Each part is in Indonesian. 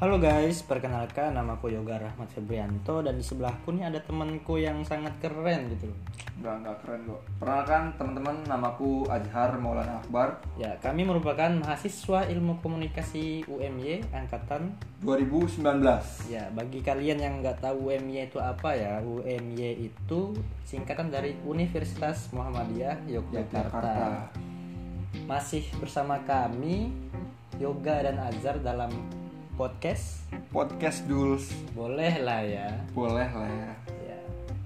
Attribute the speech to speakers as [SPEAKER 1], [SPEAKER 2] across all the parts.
[SPEAKER 1] Halo guys, perkenalkan namaku Yoga Rahmat Febrianto dan di sebelahku nih ada temanku yang sangat keren gitu loh.
[SPEAKER 2] Enggak keren kok. Perkenalkan teman-teman, namaku Azhar Maulana Akbar.
[SPEAKER 1] Ya, kami merupakan mahasiswa Ilmu Komunikasi UMY angkatan
[SPEAKER 2] 2019.
[SPEAKER 1] Ya, bagi kalian yang nggak tahu UMY itu apa ya, UMY itu singkatan dari Universitas Muhammadiyah Yogyakarta. Masih bersama kami Yoga dan Azhar dalam podcast
[SPEAKER 2] Duls.
[SPEAKER 1] boleh lah ya. Ya.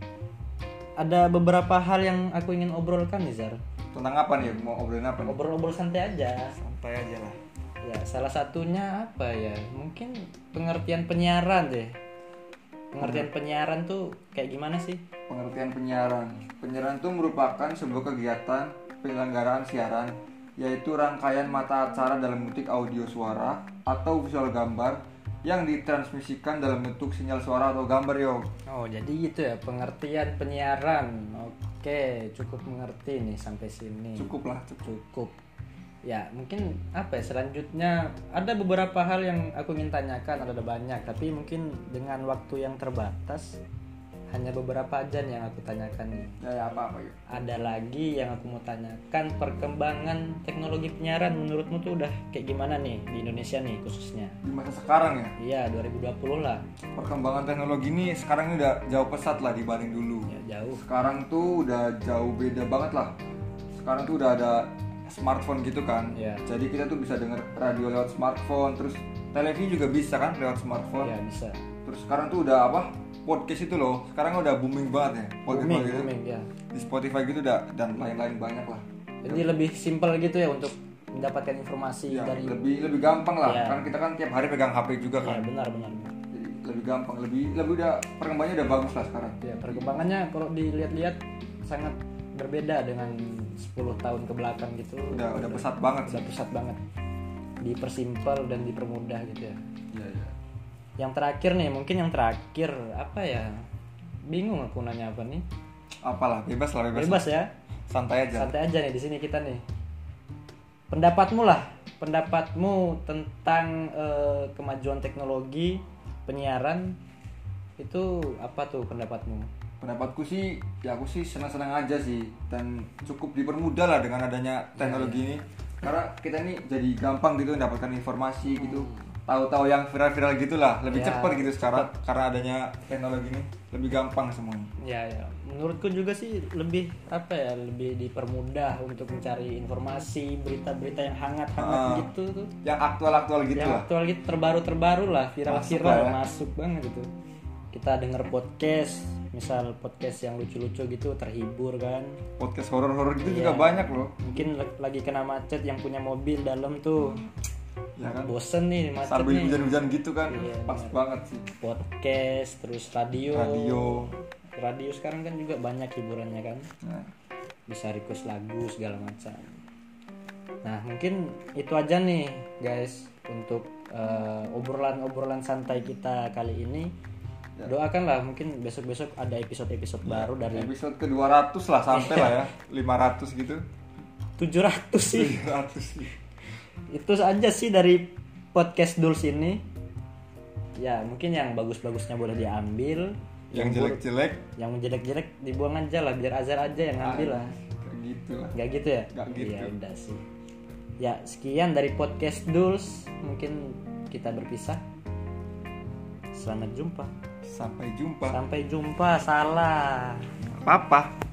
[SPEAKER 1] Ada beberapa hal yang aku ingin obrolkan nih Zar.
[SPEAKER 2] Tentang apa nih? Mau obrolin apa nih?
[SPEAKER 1] Obrol-obrol santai aja.
[SPEAKER 2] Santai aja lah.
[SPEAKER 1] Ya, salah satunya apa ya? Mungkin pengertian penyiaran deh. Pengertian penyiaran tuh kayak gimana sih?
[SPEAKER 2] Pengertian penyiaran. Penyiaran itu merupakan sebuah kegiatan penyelenggaraan siaran, yaitu rangkaian mata acara dalam bentuk audio suara atau visual gambar yang ditransmisikan dalam bentuk sinyal suara atau gambar yo.
[SPEAKER 1] Oh, jadi gitu ya pengertian penyiaran. Oke, cukup mengerti nih sampai sini.
[SPEAKER 2] Cukup.
[SPEAKER 1] Ya, mungkin apa ya selanjutnya ada beberapa hal yang aku ingin tanyakan, ada banyak, tapi mungkin dengan waktu yang terbatas hanya beberapa aja nih yang aku tanyakan nih.
[SPEAKER 2] Ya apa yuk?
[SPEAKER 1] Ada lagi yang aku mau tanyakan, perkembangan teknologi penyiaran menurutmu tuh udah kayak gimana nih di Indonesia nih khususnya?
[SPEAKER 2] Di masa sekarang ya?
[SPEAKER 1] Iya, 2020 lah.
[SPEAKER 2] Perkembangan teknologi ini sekarang ini udah jauh pesat lah dibanding dulu.
[SPEAKER 1] Ya, jauh.
[SPEAKER 2] Sekarang tuh udah jauh beda banget lah. Sekarang tuh udah ada smartphone gitu kan.
[SPEAKER 1] Ya.
[SPEAKER 2] Jadi kita tuh bisa denger radio lewat smartphone, terus televisi juga bisa kan lewat smartphone.
[SPEAKER 1] Ya, bisa.
[SPEAKER 2] Terus sekarang tuh udah apa? Podcast itu loh. Sekarang udah booming banget ya.
[SPEAKER 1] Booming,
[SPEAKER 2] gitu.
[SPEAKER 1] ya.
[SPEAKER 2] Di Spotify gitu udah dan lain-lain banyak lah.
[SPEAKER 1] Jadi lebih simpel gitu ya untuk mendapatkan informasi
[SPEAKER 2] Ya,
[SPEAKER 1] dari
[SPEAKER 2] lebih gampang lah.
[SPEAKER 1] Ya.
[SPEAKER 2] Kan kita kan tiap hari pegang HP juga
[SPEAKER 1] Ya,
[SPEAKER 2] kan.
[SPEAKER 1] benar.
[SPEAKER 2] Jadi lebih gampang, lebih udah perkembangannya udah bagus lah sekarang.
[SPEAKER 1] Ya, perkembangannya kalau dilihat-lihat sangat berbeda dengan 10 tahun ke belakang gitu.
[SPEAKER 2] Udah pesat banget.
[SPEAKER 1] Udah pesat banget. Dipersimpel dan dipermudah gitu ya.
[SPEAKER 2] Iya.
[SPEAKER 1] Yang terakhir nih, mungkin yang terakhir apa ya? Bingung aku nanya apa nih?
[SPEAKER 2] Apalah, bebas
[SPEAKER 1] ya.
[SPEAKER 2] Santai aja
[SPEAKER 1] nih di sini kita nih. Pendapatmu tentang kemajuan teknologi penyiaran itu apa tuh pendapatmu?
[SPEAKER 2] Pendapatku sih, ya aku sih senang-senang aja sih, dan cukup dipermudah lah dengan adanya teknologi ini. Karena kita ini jadi gampang gitu mendapatkan informasi gitu, tahu-tahu yang viral-viral gitulah, lebih cepat gitu sekarang karena adanya teknologi ini, lebih gampang semuanya.
[SPEAKER 1] Ya, menurutku juga sih lebih lebih dipermudah untuk mencari informasi, berita-berita yang hangat-hangat gitu tuh.
[SPEAKER 2] Yang aktual gitu lah.
[SPEAKER 1] Aktual gitu, terbaru lah, viral-viral masuk banget gitu. Kita denger podcast, misal podcast yang lucu-lucu gitu, terhibur kan.
[SPEAKER 2] Podcast horor-horor gitu juga banyak loh.
[SPEAKER 1] Mungkin lagi kena macet yang punya mobil dalam tuh.
[SPEAKER 2] Ya kan?
[SPEAKER 1] Bosen nih macet
[SPEAKER 2] sambil
[SPEAKER 1] nih.
[SPEAKER 2] hujan-hujan gitu kan. Pas banget sih.
[SPEAKER 1] Podcast, terus radio sekarang kan juga banyak hiburannya kan. Bisa request lagu segala macam. Nah, mungkin itu aja nih guys untuk obrolan santai kita kali ini. Doakanlah mungkin besok-besok ada episode-episode baru dari
[SPEAKER 2] episode ke 200 lah sampai lah ya. 500 gitu.
[SPEAKER 1] 700 sih.
[SPEAKER 2] 700 sih.
[SPEAKER 1] Itu aja sih dari podcast Duls ini. Ya, mungkin yang bagus-bagusnya boleh diambil,
[SPEAKER 2] yang jelek-jelek
[SPEAKER 1] dibuang aja lah, biar Azhar aja yang ngambil lah.
[SPEAKER 2] Kayak gitu lah.
[SPEAKER 1] Enggak gitu ya?
[SPEAKER 2] Enggak gitu.
[SPEAKER 1] Ya udah sih. Ya, sekian dari podcast Duls. Mungkin kita berpisah. Selamat jumpa.
[SPEAKER 2] Sampai jumpa.
[SPEAKER 1] Salah.
[SPEAKER 2] Apa-apa.